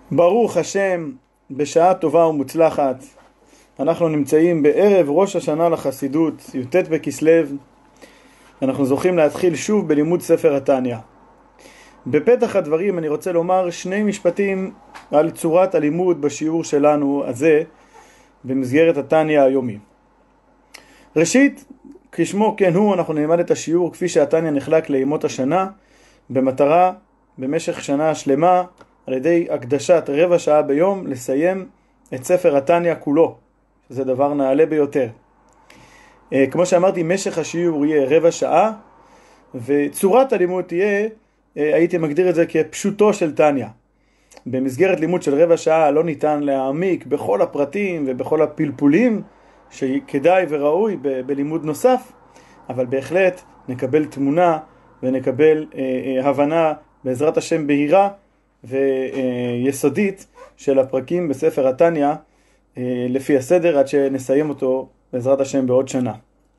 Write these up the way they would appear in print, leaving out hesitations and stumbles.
ברוך השם, בשעה טובה ומוצלחת. אנחנו נמצאים בערב ראש השנה לחסידות, י"ט בכסלו. אנחנו זוכים להתחיל שוב בלימוד ספר התניא. בפתח הדברים אני רוצה לומר שני משפטים על צורת הלימוד בשיעור שלנו הזה במסגרת התניא היומי. ראשית, כשמו כן הוא, אנחנו נלמד את השיעור כפי שהתניא נחלק לימות השנה, במטרה במשך שנה שלמה על ידי הקדשת רבע שעה ביום לסיים את ספר התניא כולו, שזה דבר נעלה ביותר. כמו שאמרתי, משך השיעור יהיה רבע שעה, וצורת הלימוד תהיה, הייתי מגדיר את זה כפשוטו של תניא. במסגרת לימוד של רבע שעה לא ניתן להעמיק בכל הפרטים ובכל הפלפולים שכדאי וראוי בלימוד נוסף, אבל בהחלט נקבל תמונה ונקבל הבנה בעזרת השם בהירה ויסודית של הפרקים בספר התניא לפי הסדר עד שנסיים אותו בעזרת השם בעוד שנה.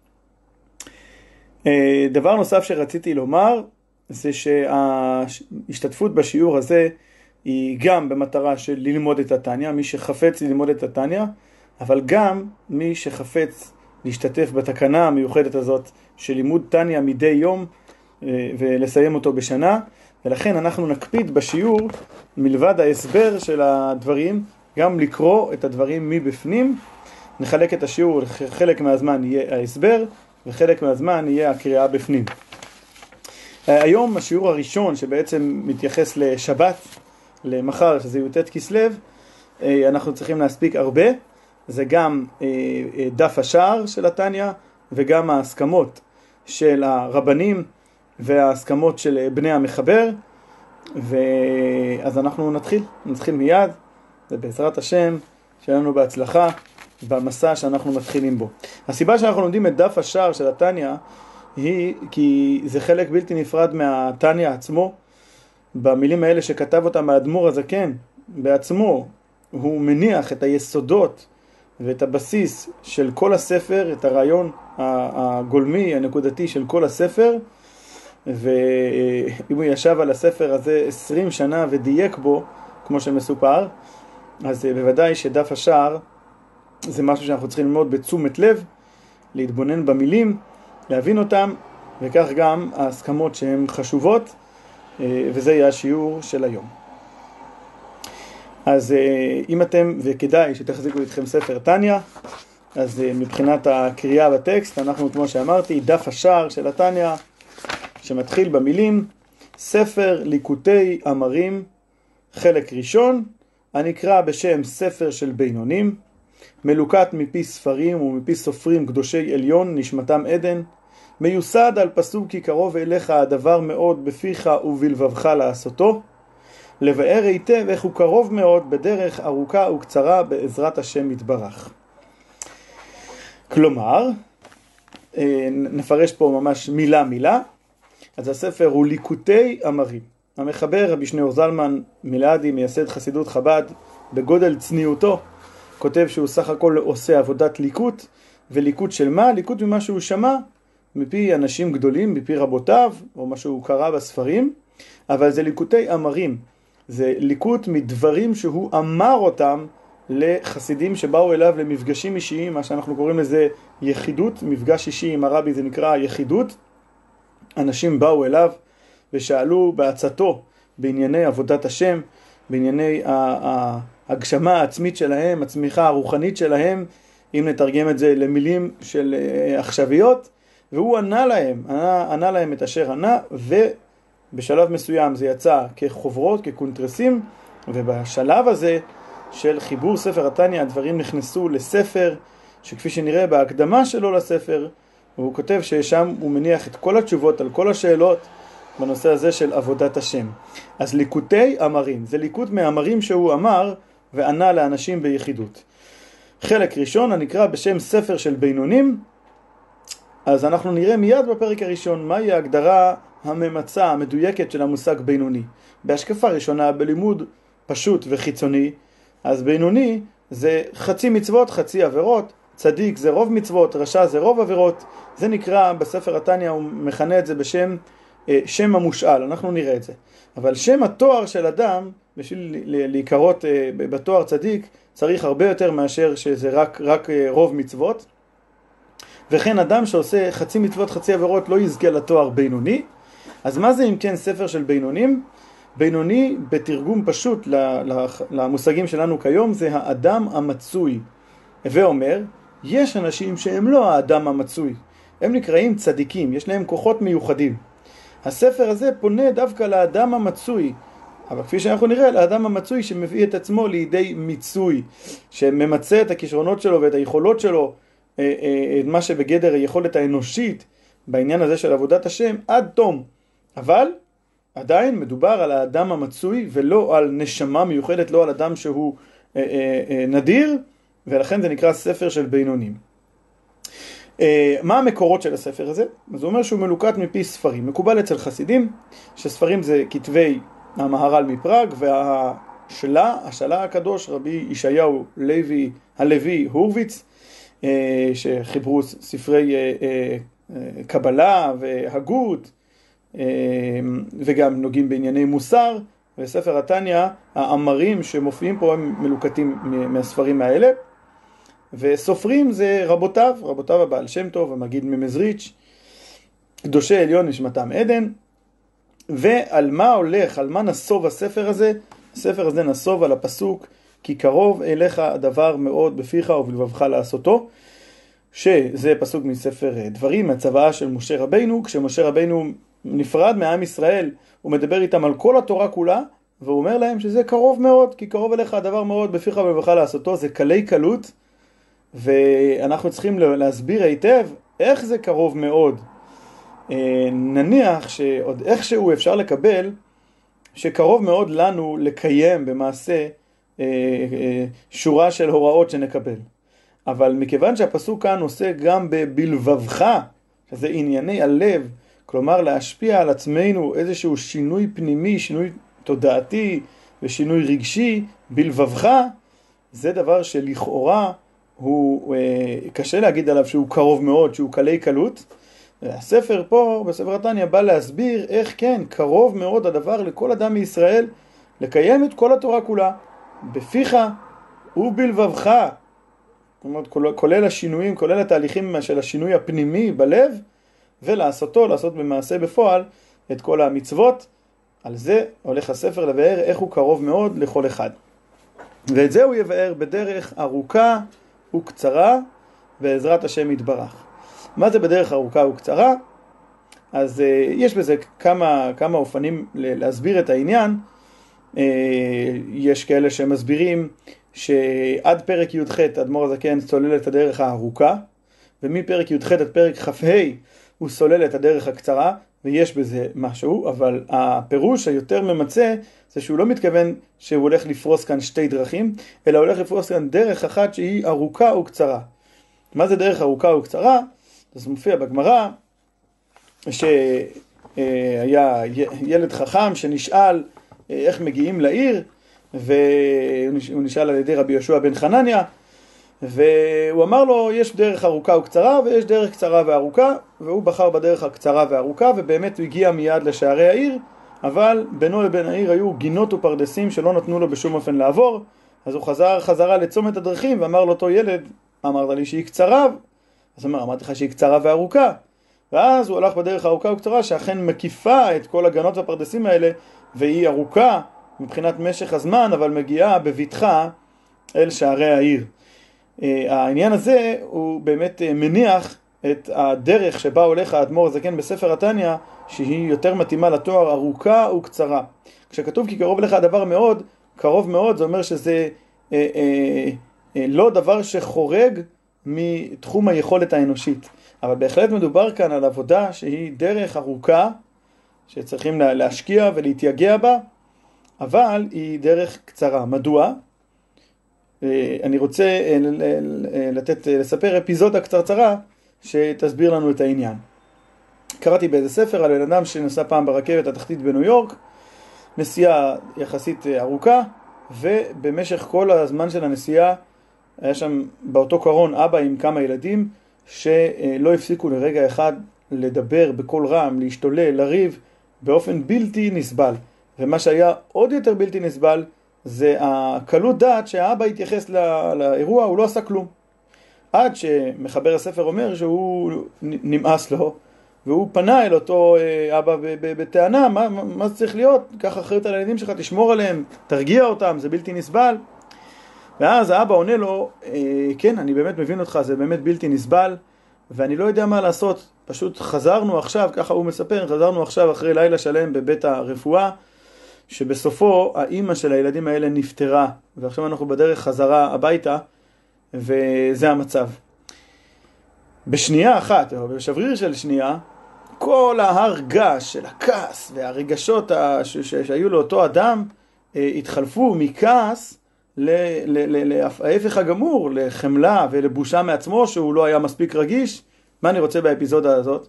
דבר נוסף שרציתי לומר זה שההשתתפות בשיעור הזה היא גם במטרה של ללמוד את התניא, מי שחפץ ללמוד את התניא, אבל גם מי שחפץ להשתתף בתקנה המיוחדת הזאת של לימוד תניא מדי יום ולסיים אותו בשנה. ולכן אנחנו נקפיד בשיעור, מלבד ההסבר של הדברים, גם לקרוא את הדברים מבפנים. נחלק את השיעור, חלק מהזמן יהיה ההסבר וחלק מהזמן יהיה הקריאה בפנים. היום השיעור הראשון שבעצם מתייחס לשבת, למחר שזה י"ט כסלו, אנחנו צריכים להספיק הרבה. זה גם דף השער של התניא וגם ההסכמות של הרבנים וההסכמות של בני המחבר. אז אנחנו נתחיל מיד, ובעזרת השם שיהיה לנו בהצלחה במסע שאנחנו מתחילים בו. הסיבה שאנחנו לומדים את דף השער של התניא היא כי זה חלק בלתי נפרד מהתניא עצמו. במילים האלה שכתב אותם האדמו"ר הזקן בעצמו, הוא מניח את היסודות ואת הבסיס של כל הספר, את הרעיון הגולמי, הנקודתי של כל הספר. ואם הוא ישב על הספר הזה 20 שנה ודייק בו, כמו שמסופר, אז בוודאי שדף השער זה משהו שאנחנו צריכים ללמוד בתשומת לב, להתבונן במילים, להבין אותם, וכך גם ההסכמות שהן חשובות, וזה יהיה השיעור של היום. אז אם אתם, וכדאי שתחזיקו איתכם ספר תניא, אז מבחינת הקריאה בטקסט, אנחנו כמו שאמרתי, דף השער של התניא, שמתחיל במילים, ספר ליקוטי אמרים, חלק ראשון, הנקרא בשם ספר של בינונים, מלוקט מפי ספרים ומפי סופרים קדושי עליון, נשמתם עדן, מיוסד על פסוק כי קרוב אליך הדבר מאוד בפיך ובלבבך לעשותו, לבאר היטב איך הוא קרוב מאוד בדרך ארוכה וקצרה בעזרת השם יתברך. כלומר, נפרש פה ממש מילה מילה. אז הספר הוא ליקוטי אמרים. המחבר רבי שניאור זלמן מלאדי, מייסד חסידות חב"ד, בגודל צניעותו, כותב שהוא סך הכל עושה עבודת ליקוט. וליקוט של מה? ליקוט ממה שהוא שמע מפי אנשים גדולים, מפי רבותיו, או מה שהוא קרא בספרים. אבל זה ליקוטי אמרים. זה ליקוט מדברים שהוא אמר אותם לחסידים שבאו אליו למפגשים אישיים, מה שאנחנו קוראים לזה יחידות, מפגש אישי עם הרבי זה נקרא יחידות. אנשים באו אליו ושאלו בעצתו בענייני עבודת השם, בענייני ההגשמה העצמית שלהם, הצמיחה הרוחנית שלהם, אם נתרגם את זה למילים של עכשוויות, והוא ענה להם את אשר ענה, ובשלב מסוים זה יצא כחוברות, כקונטרסים, ובשלב הזה של חיבור ספר התניא הדברים נכנסו לספר, שכפי שנראה בהקדמה שלו לספר, הוא כותב ששם הוא מניח את כל התשובות על כל השאלות בנושא הזה של עבודת השם. אז ליקוטי אמרים, זה ליקוט מאמרים שהוא אמר וענה לאנשים ביחידות. חלק ראשון הנקרא בשם ספר של בינונים. אז אנחנו נראה מיד בפרק הראשון מהי ההגדרה הממצה המדויקת של המושג בינוני. בהשקפה ראשונה בלימוד פשוט וחיצוני, אז בינוני זה חצי מצוות חצי עבירות, צדיק זה רוב מצוות, רשע זה רוב עבירות. זה נקרא בספר התניא, הוא מכנה את זה בשם שם המושאל, אנחנו נראה את זה. אבל שם התואר של אדם, בשביל להיקרות בתואר צדיק, צריך הרבה יותר מאשר שזה רק רוב מצוות. וכן אדם שעושה חצי מצוות חצי עבירות לא יזכה לתואר בינוני. אז מה זה אם כן ספר של בינונים? בינוני בתרגום פשוט למושגים שלנו כיום זה האדם המצוי. ואומר, יש אנשים שהם לא האדם המצוי, הם נקראים צדיקים, יש להם כוחות מיוחדים. הספר הזה פונה דווקא לאדם המצוי, אבל כפי שאנחנו נראה, לאדם המצוי שמביא את עצמו לידי מיצוי, שממצא את הכישרונות שלו ואת היכולות שלו, את מה שבגדר היכולת האנושית בעניין הזה של עבודת השם עד תום. אבל עדיין מדובר על האדם המצוי ולא על נשמה מיוחדת, לא על אדם שהוא נדיר, ולכן זה נקרא ספר של בינונים. מה המקורות של הספר הזה? אז הוא אומר שהוא מלוקט מפי ספרים. מקובל אצל חסידים שספרים זה כתבי המהר"ל מפראג השלה הקדוש רבי ישעיהו הלוי הורוביץ, שחיברו ספרי קבלה והגות וגם נוגעים בענייני מוסר, וספר התניא, האמרים שמופיעים פה הם מלוקטים מהספרים האלה. וסופרים זה רבותיו הבעל שם טוב, המגיד ממזריץ', קדושי עליון נשמתם עדן. ועל מה הולך, על מה נסוב הספר הזה? הספר הזה נסוב על הפסוק כי קרוב אליך הדבר מאוד בפיך ובלבבך לעשותו, שזה פסוק מספר דברים, מהצוואה של משה רבינו. כשמשה רבינו נפרד מעם ישראל, הוא מדבר איתם על כל התורה כולה, והוא אומר להם שזה קרוב מאוד, כי קרוב אליך הדבר מאוד בפיך ובלבבך לעשותו. זה קלי קלות, ואנחנו צריכים להסביר היטב איך זה קרוב מאוד. נניח שעוד איכשהו אפשר לקבל שקרוב מאוד לנו לקיים במעשה שורה של הוראות שנקבל. אבל מכיוון שהפסוק כאן עושה גם בבלבבך, שזה ענייני הלב, כלומר להשפיע על עצמנו איזשהו שינוי פנימי, שינוי תודעתי ושינוי רגשי, בלבבך, זה דבר שלכאורה הוא קשה להגיד עליו שהוא קרוב מאוד, שהוא קלי קלות. הספר פה, בספר התניא, בא להסביר איך כן, קרוב מאוד הדבר לכל אדם מישראל, לקיים את כל התורה כולה, בפיך ובלבבך. זאת אומרת, כולל השינויים, כולל התהליכים של השינוי הפנימי בלב, ולעשותו, לעשות במעשה בפועל את כל המצוות. על זה הולך הספר לבאר איך הוא קרוב מאוד לכל אחד. ואת זה הוא יבאר בדרך ארוכה וקצרה, בעזרת השם יתברך. מה זה בדרך ארוכה וקצרה? אז יש בזה כמה אופנים להסביר את העניין. יש כאלה שמסבירים שעד פרק י"ח אדמו"ר הזקן סולל את הדרך הארוכה, ומפרק י"ח עד פרק כ"ה הוא סולל את הדרך הקצרה, ויש בזה משהו, אבל הפירוש היותר ממצא זה שהוא לא מתכוון שהוא הולך לפרוס כאן שתי דרכים, אלא הולך לפרוס כאן דרך אחת שהיא ארוכה וקצרה. מה זה דרך ארוכה וקצרה? זה מופיע בגמרא שהיה ילד חכם שנשאל איך מגיעים לעיר, והוא נשאל על ידי רבי יהושע בן חנניה, והוא אמר לו יש דרך ארוכה וקצרה ויש דרך קצרה וארוכה, והוא בחר בדרך הקצרה והארוכה, ובאמת הוא הגיע מיד לשערי העיר, אבל בינו לבין העיר היו גינות ופרדסים שלא נתנו לו בשום אופן לעבור. אז הוא חזרה לצומת הדרכים ואמר לאותו ילד, אמרת לי שהיא קצרה, אז אמרתי לך שהיא קצרה וארוכה. ואז הוא הלך בדרך הארוכה וקצרה שאכן מקיפה את כל הגנות והפרדסים האלה, והיא ארוכה מבחינת משך הזמן, אבל מגיעה בבטחה אל שערי העיר. העניין הזה הוא באמת מניח את הדרך שבה הולך האדמו"ר הזקן בספר התניא, שהיא יותר מתאימה לתואר ארוכה וקצרה. כשכתוב כי קרוב לך הדבר מאוד, קרוב מאוד זה אומר שזה לא דבר שחורג מתחום היכולת האנושית. אבל בהחלט מדובר כאן על עבודה שהיא דרך ארוכה, שצריכים להשקיע ולהתייגע בה, אבל היא דרך קצרה. מדוע? אני רוצה לספר אפיזודה קצרצרה שתסביר לנו את העניין. קראתי באיזה ספר על אדם שנסע פעם ברכבת התחתית בניו יורק, נסיעה יחסית ארוכה, ובמשך כל הזמן של הנסיעה היה שם באותו קרון אבא עם כמה ילדים שלא הפסיקו לרגע אחד לדבר בקול רם, להשתולל, לריב באופן בלתי נסבל. ומה שהיה עוד יותר בלתי נסבל, זה הקלות דעת שהאבא התייחס לאירוע, הוא לא עשה כלום. עד שמחבר הספר אומר שהוא נמאס לו, והוא פנה אל אותו אבא בטענה, מה זה צריך להיות? קח אחריות על הילדים שלך, תשמור עליהם, תרגיע אותם, זה בלתי נסבל. ואז האבא עונה לו, כן, אני באמת מבין אותך, זה באמת בלתי נסבל, ואני לא יודע מה לעשות. פשוט חזרנו עכשיו, ככה הוא מספר, חזרנו עכשיו אחרי לילה שלם בבית הרפואה, שבסופו האימא של הילדים האלה נפטרה, ועכשיו אנחנו בדרך חזרה הביתה, וזה המצב. בשנייה אחת, או בשבריר של שנייה, כל ההר געש של הכעס והרגשות שהיו לאותו אדם התחלפו מכעס להפך הגמור, לחמלה ולבושה מעצמו שהוא לא היה מספיק רגיש. מה אני רוצה באפיזודה הזאת?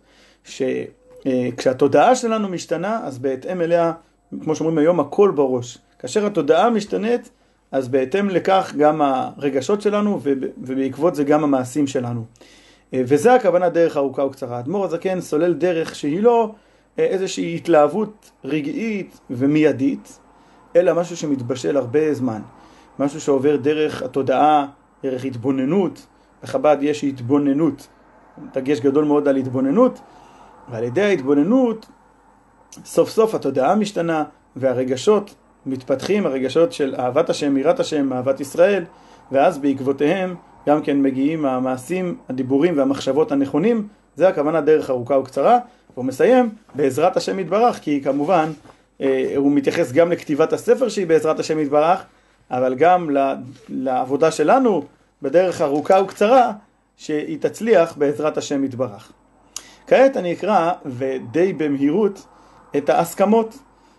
שכשהתודעה שלנו משתנה, אז בהתאם אליה, כמו שאומרים היום, הכל בראש. כאשר התודעה משתנית, אז בהתאם לכך גם הרגשות שלנו, ובעקבות זה גם המעשים שלנו. וזה הכוונה דרך ארוכה וקצרה. האדמו"ר הזקן סולל דרך שהיא לא איזושהי התלהבות רגעית ומיידית, אלא משהו שמתבשל הרבה זמן. משהו שעובר דרך התודעה, דרך התבוננות. בחב"ד יש התבוננות, דגש גדול מאוד על התבוננות, ועל ידי ההתבוננות סוף סוף התודעה משתנה והרגשות מתפתחים, הרגשות של אהבת השם, יראת השם, אהבת ישראל, ואז בעקבותיהם גם כן מגיעים המעשים, הדיבורים והמחשבות הנכונים. זה הכוונה דרך ארוכה וקצרה. והוא מסיים בעזרת השם יתברך, כי כמובן הוא מתייחס גם לכתיבת הספר שהיא בעזרת השם יתברך, אבל גם לעבודה שלנו בדרך ארוכה וקצרה שהיא תצליח בעזרת השם יתברך. כעת אני אקרא ודי במהירות את ההסכמות.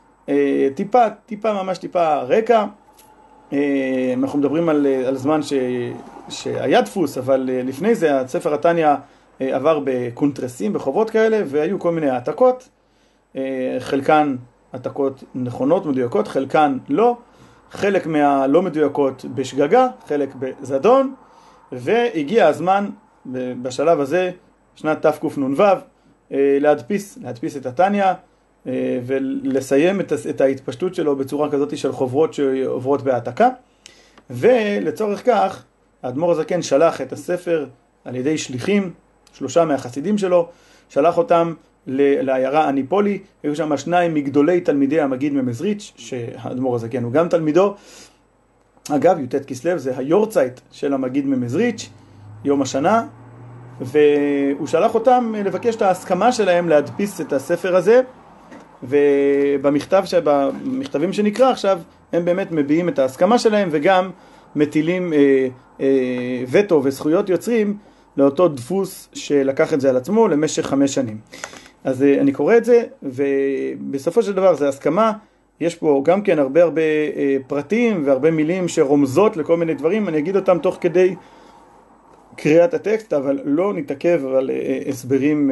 ממש טיפה רקע. אנחנו מדברים על זמן שהיה דפוס, אבל לפני זה הספר התניא עבר בקונטרסים, בחובות כאלה, והיו כל מיני העתקות, חלקן העתקות נכונות, מדויקות, חלקן לא, חלק מהלא מדויקות בשגגה, חלק בזדון, והגיע הזמן בשלב הזה, שנת תקנ"ו, להדפיס את התניא, ולסיים את ההתפשטות שלו בצורה כזאת של חוברות שעוברות בהעתקה. ולצורך כך האדמו"ר הזקן שלח את הספר על ידי שליחים, 3 מהחסידים שלו, שלח אותם לעיירה אניפולי. היו שם 2 מגדולי תלמידי המגיד ממזריץ', שהאדמו"ר הזקן הוא גם תלמידו. אגב, י"ט כסלו זה היורצייט של המגיד ממזריץ', יום השנה, והוא שלח אותם לבקש את ההסכמה שלהם להדפיס את הספר הזה. ובמכתבים שנקרא עכשיו, הם באמת מביעים את ההסכמה שלהם, וגם מטילים וטו וזכויות יוצרים לאותו דפוס שלקח את זה על עצמו למשך 5 שנים. אז אני קורא את זה, ובסופו של דבר זה הסכמה. יש פה גם כן הרבה פרטים והרבה מילים שרומזות לכל מיני דברים. אני אגיד אותם תוך כדי קריאת הטקסט, אבל לא נתעכב על הסברים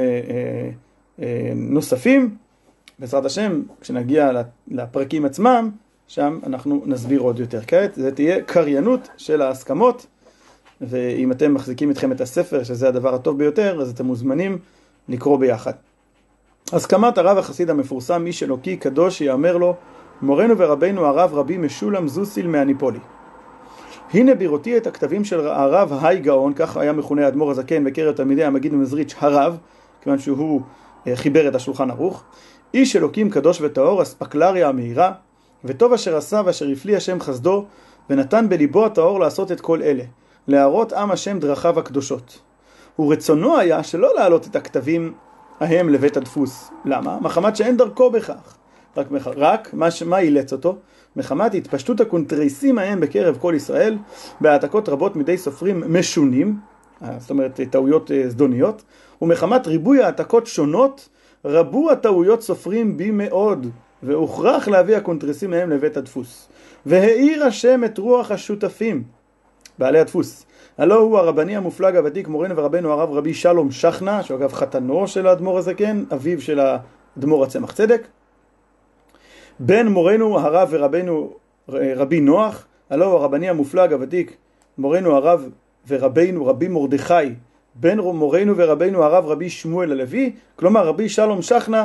נוספים. בעזרת השם, כשנגיע לפרקים עצמם, שם אנחנו נסביר עוד יותר. כעת זה תהיה קריינות של ההסכמות, ואם אתם מחזיקים איתכם את הספר, שזה הדבר הטוב ביותר, אז אתם מוזמנים לקרוא ביחד. הסכמת הרב החסיד המפורסם, איש אלוקי קדוש, יאמר לו, מורנו ורבינו הרב רבי משולם זוסיל מאניפולי. הנה בראותי את הכתבים של הרב היי גאון, כך היה מכונה האדמו"ר הזקן בקרב תלמידי המגיד ממזריץ' הרב, כיוון שהוא חיבר את השולחן ערוך. איש אלוקים קדוש וטהור, אספקלריה המהירה, וטוב אשר עשה ואשר הפליא השם חסדו, ונתן בליבו הטהור לעשות את כל אלה, להראות עם השם דרכיו הקדושות. ורצונו היה שלא להעלות את הכתבים ההם לבית הדפוס. למה? מחמת שאין דרכו בכך. רק מה אילץ אותו? מחמת התפשטות הקונטרסים ההם בקרב כל ישראל, בהעתקות רבות מדי סופרים משונים, זאת אומרת טעויות זדוניות, ומחמת ריבוי העתקות שונות, רבו הטעויות סופרים בי מאוד, והוכרח להביא הקונטרסים מהם לבית הדפוס. והאיר השם את רוח השותפים, בעלי הדפוס. הלא הוא הרבני המופלג הוותיק, מורנו ורבנו הרב רבי שלום שכנה, שהוא אגב חתנו של האדמו"ר הזקן, אביו של האדמו"ר הצמח צדק. בן מורנו הרב ורבנו רבי נוח, הלא הוא הרבני המופלג הוותיק, מורנו הרב ורבנו רבי מרדכי, בן מורנו ורבנו הרב רבי שמואל הלוי, כלומר רבי שלום שכנה,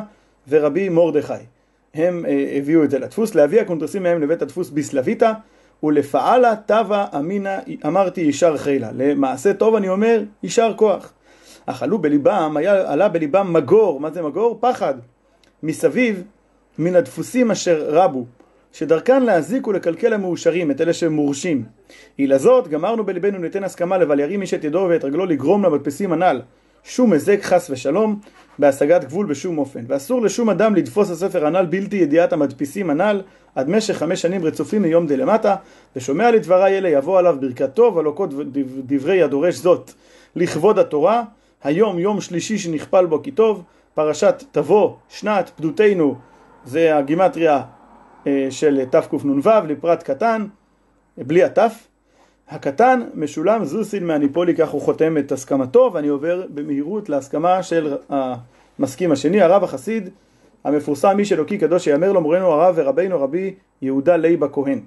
ורבי מרדכי. הם הביאו את זה לדפוס, להביא הקונטרסים מהם לבית הדפוס בסלוויתא, ולפעלה טבע אמינה אמרתי יישר חילה. למעשה טוב אני אומר יישר כוח. אך עלה בליבם מגור. מה זה מגור? פחד מסביב מן הדפוסים אשר רבו, שדרכן להזיק ולקלקל המאושרים, את אלה שמורשים. אילה זאת, גמרנו בליבנו ניתן הסכמה לבל ירים איש את ידו ואת רגלו לגרום למדפסים הנ"ל שום היזק חס ושלום בהשגת גבול בשום אופן. ואסור לשום אדם לדפוס הספר הנ"ל בלתי ידיעת המדפיסים הנ"ל עד משך 5 שנים רצופים מיום דלמטה, ושומע לדברי אלה יבוא עליו ברכת טוב, הלוקות דברי הדורש זאת לכבוד התורה. היום יום שלישי שנכפל בו כי טוב, פרשת תבוא שנת פדותנו, זה הגימטריה של תקנ"ו לפרט קטן, בלי התף. הקטן משולם זוסין מהניפולי, כך הוא חותם את הסכמתו, ואני עובר במהירות להסכמה של המסכים השני, הרב החסיד המפורסם איש אלוקי קדוש שיאמר לו מורנו הרב ורבינו רבי יהודה לייב כהן.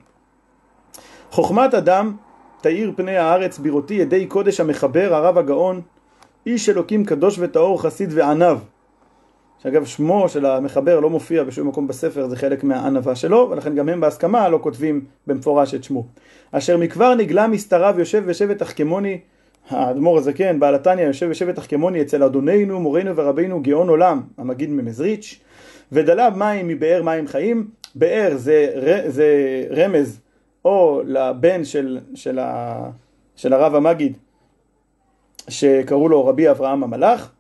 חוכמת אדם תאיר פני הארץ בראותי ידי קודש המחבר הרב הגאון איש אלוקים קדוש וטהור חסיד וענב, שאגב שמו של המחבר לא מופיע בשום מקום בספר, זה חלק מהענבה שלו, ולכן גם הם בהסכמה לא כותבים במפורש את שמו. אשר מכבר נגלה מסתריו יושב ושבט תחכמוני, האדמו"ר הזקן בעל התניא יושב ושבט תחכמוני אצל אדוננו מורנו ורבינו גאון עולם המגיד ממזריץ', ודלה מים מבאר מים חיים. באר זה רמז או לבן של הרב המגיד שקראו לו רבי אברהם המלאך,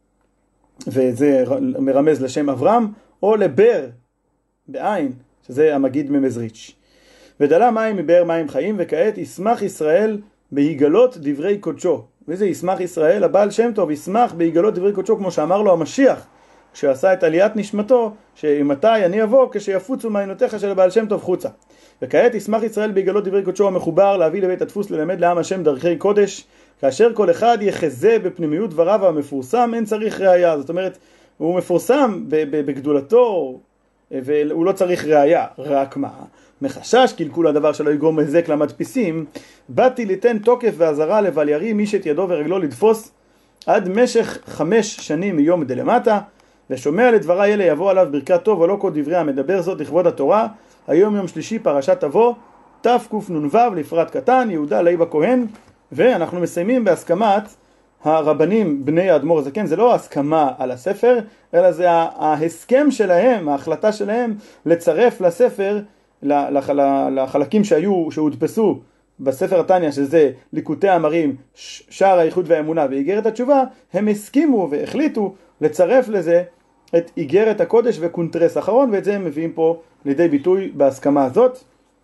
וזה מרמז לשם אברהם, או לבר בעין, שזה המגיד ממזריץ'. ודלה מים מבאר מים חיים, וכעת ישמח ישראל בהיגלות דברי קודשו. וזה ישמח ישראל, הבעל שם טוב ישמח בהיגלות דברי קודשו, כמו שאמר לו המשיח כשעשה את עליית נשמתו, שמתי אני אבוא כשיפוצו מעיינותיך של הבעל שם טוב חוצה. וכעת ישמח ישראל בהיגלות דברי קודשו המחובר להביא לבית הדפוס ללמד לעם השם דרכי קודש, כאשר כל אחד יחזה בפנימיות דבריו המפורסם, אין צריך ראיה. זאת אומרת, הוא מפורסם בגדולתו, והוא לא צריך ראיה. רק מה? מחשש קלקול הדבר שלא יגרום היזק למדפיסים, באתי ליתן תוקף ועזרה לבל ירים איש את ידו ורגלו לדפוס עד משך 5 שנים מיום דלמטה, ושומע לדברי אלה יבוא עליו ברכת טוב, ולא כל דברי המדבר זאת לכבוד התורה. היום יום שלישי פרשת תבוא תקנ"ו לפרט קטן, יהודה לייב כהן. ואנחנו מסיימים בהסכמת הרבנים בני האדמו"ר הזקן. זה לא הסכמה על הספר, אלא זה ההסכם שלהם, ההחלטה שלהם לצרף לספר, לחלקים שהודפסו בספר התניא, שזה ליקוטי המרים, שער האיחוד והאמונה ואיגרת התשובה. הם הסכימו והחליטו לצרף לזה את איגרת הקודש וקונטרס אחרון, ואת זה הם מביאים פה לידי ביטוי בהסכמה הזאת.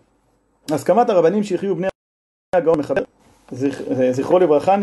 הסכמת הרבנים שיחיו בני הגאון מחבר זכרו לברכה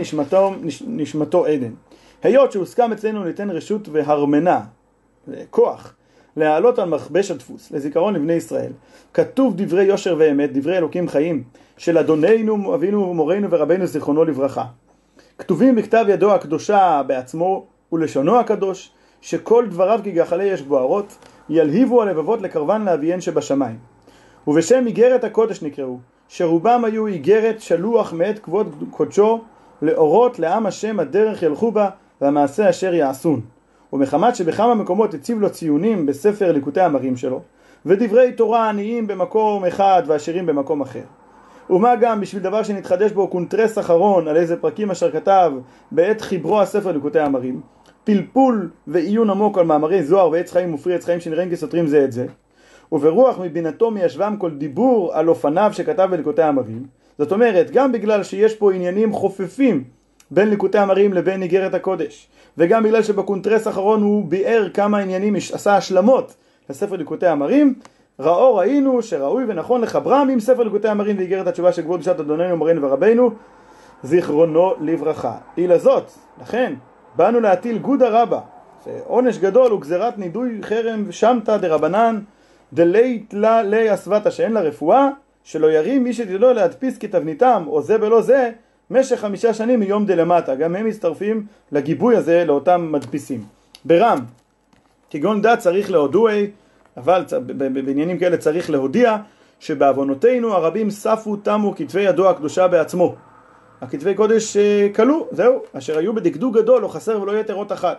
נשמתו עדן. היות שהוסכם אצלנו ניתן רשות והרמנה, כוח, להעלות על מכבש הדפוס לזיכרון לבני ישראל כתוב דברי יושר ואמת, דברי אלוקים חיים של אדוננו אבינו מורנו ורבינו זיכרונו לברכה, כתובים בכתב ידו הקדושה בעצמו ולשונו הקדוש, שכל דבריו כגחלי אש בוערות ילהיבו הלבבות לקרבן לאביהן שבשמיים. ובשם איגרת הקודש נקראו, שרובם היו איגרת שלוח מאת כבוד קודשו לאורות לעם השם הדרך ילכו בה והמעשה אשר יעשון. ומחמת שבכמה מקומות הציב לו ציונים בספר ליקוטי המרים שלו, ודברי תורה עניים במקום אחד ועשירים במקום אחר. ומה גם בשביל דבר שנתחדש בו קונטרס אחרון על איזה פרקים אשר כתב בעת חיברו הספר ליקוטי המרים, פלפול ועיון עמוק על מאמרי זוהר ועץ חיים ופרי עץ חיים שנראים כסותרים זה את זה, וברוח מבינתו מיישבם כל דיבור על אופניו שכתב בליקוטי המרים. זאת אומרת, גם בגלל שיש פה עניינים חופפים בין ליקוטי המרים לבין איגרת הקודש, וגם בגלל שבקונטרס האחרון הוא ביאר כמה עניינים, עשה השלמות לספר ליקוטי המרים, ראינו שראוי ונכון לחברם עם ספר ליקוטי המרים ואיגרת התשובה של כבוד קדושת אדוננו מורנו ורבינו זיכרונו לברכה. אילה זאת, לכן באנו להטיל גודא רבה, שעונש גדול וגזירת נידוי חרם ושמתא דרבנן דלית לה לי הסבתא, שאין לה רפואה, שלא ירים מי שתדעו להדפיס כתבניתם או זה בלא זה משך 5 שנים מיום דלמטה. גם הם מצטרפים לגיבוי הזה לאותם מדפיסים. ברם, כגון דת צריך להודועי, אבל בעניינים כאלה צריך להודיע שבעוונותינו הרבים ספו תמו כתבי ידו הקדושה בעצמו. הכתבי קודש קלו, זהו, אשר היו בדקדוק גדול, לא חסר ולא יתר אות אחת.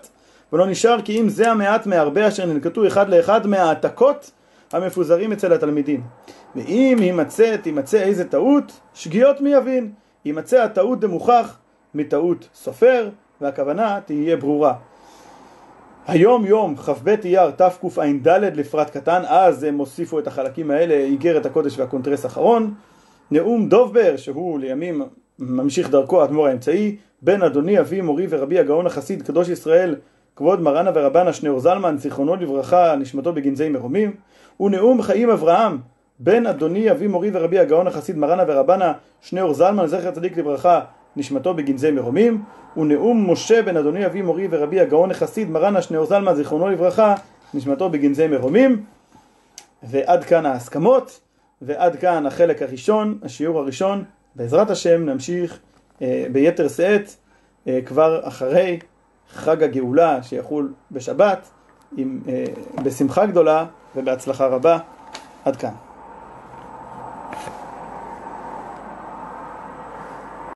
ולא נשאר כי אם זה המעט מהרבה אשר נלקטו אחד לאחד מהעתקות המפוזרים אצל התלמידים. ואם תימצא איזה טעות, שגיאות מי יבין. יימצא הטעות דמוכח מטעות סופר, והכוונה תהיה ברורה. היום יום כ"ב אייר תקע"ד לפרט קטן, אז הם הוסיפו את החלקים האלה, איגרת הקודש והקונטרס האחרון. נאום דובבר, שהוא לימים ממשיך דרכו האדמו"ר האמצעי, בן אדוני אבי מורי ורבי הגאון החסיד קדוש ישראל כבוד מרנה ורבנה שניאור זלמן זיכרונו לברכה נשמתו בגנזי מרומים. ונאום חיים אברהם, בן אדוני אבי מורי ורבי הגאון החסיד מרנה ורבנה שניאור זלמן זכר צדיק לברכה נשמתו בגנזי מרומים. ונאום משה בן אדוני אבי מורי ורבי הגאון החסיד מרנה שניאור זלמן זיכרונו לברכה נשמתו בגנזי מרומים. ועד כאן ההסכמות, ועד כאן החלק הראשון, השיעור הראשון. בעזרת השם נמשיך ביתר שאת כבר אחרי חג הגאולה שיחול בשבת, בשמחה גדולה ובהצלחה רבה. עד כאן.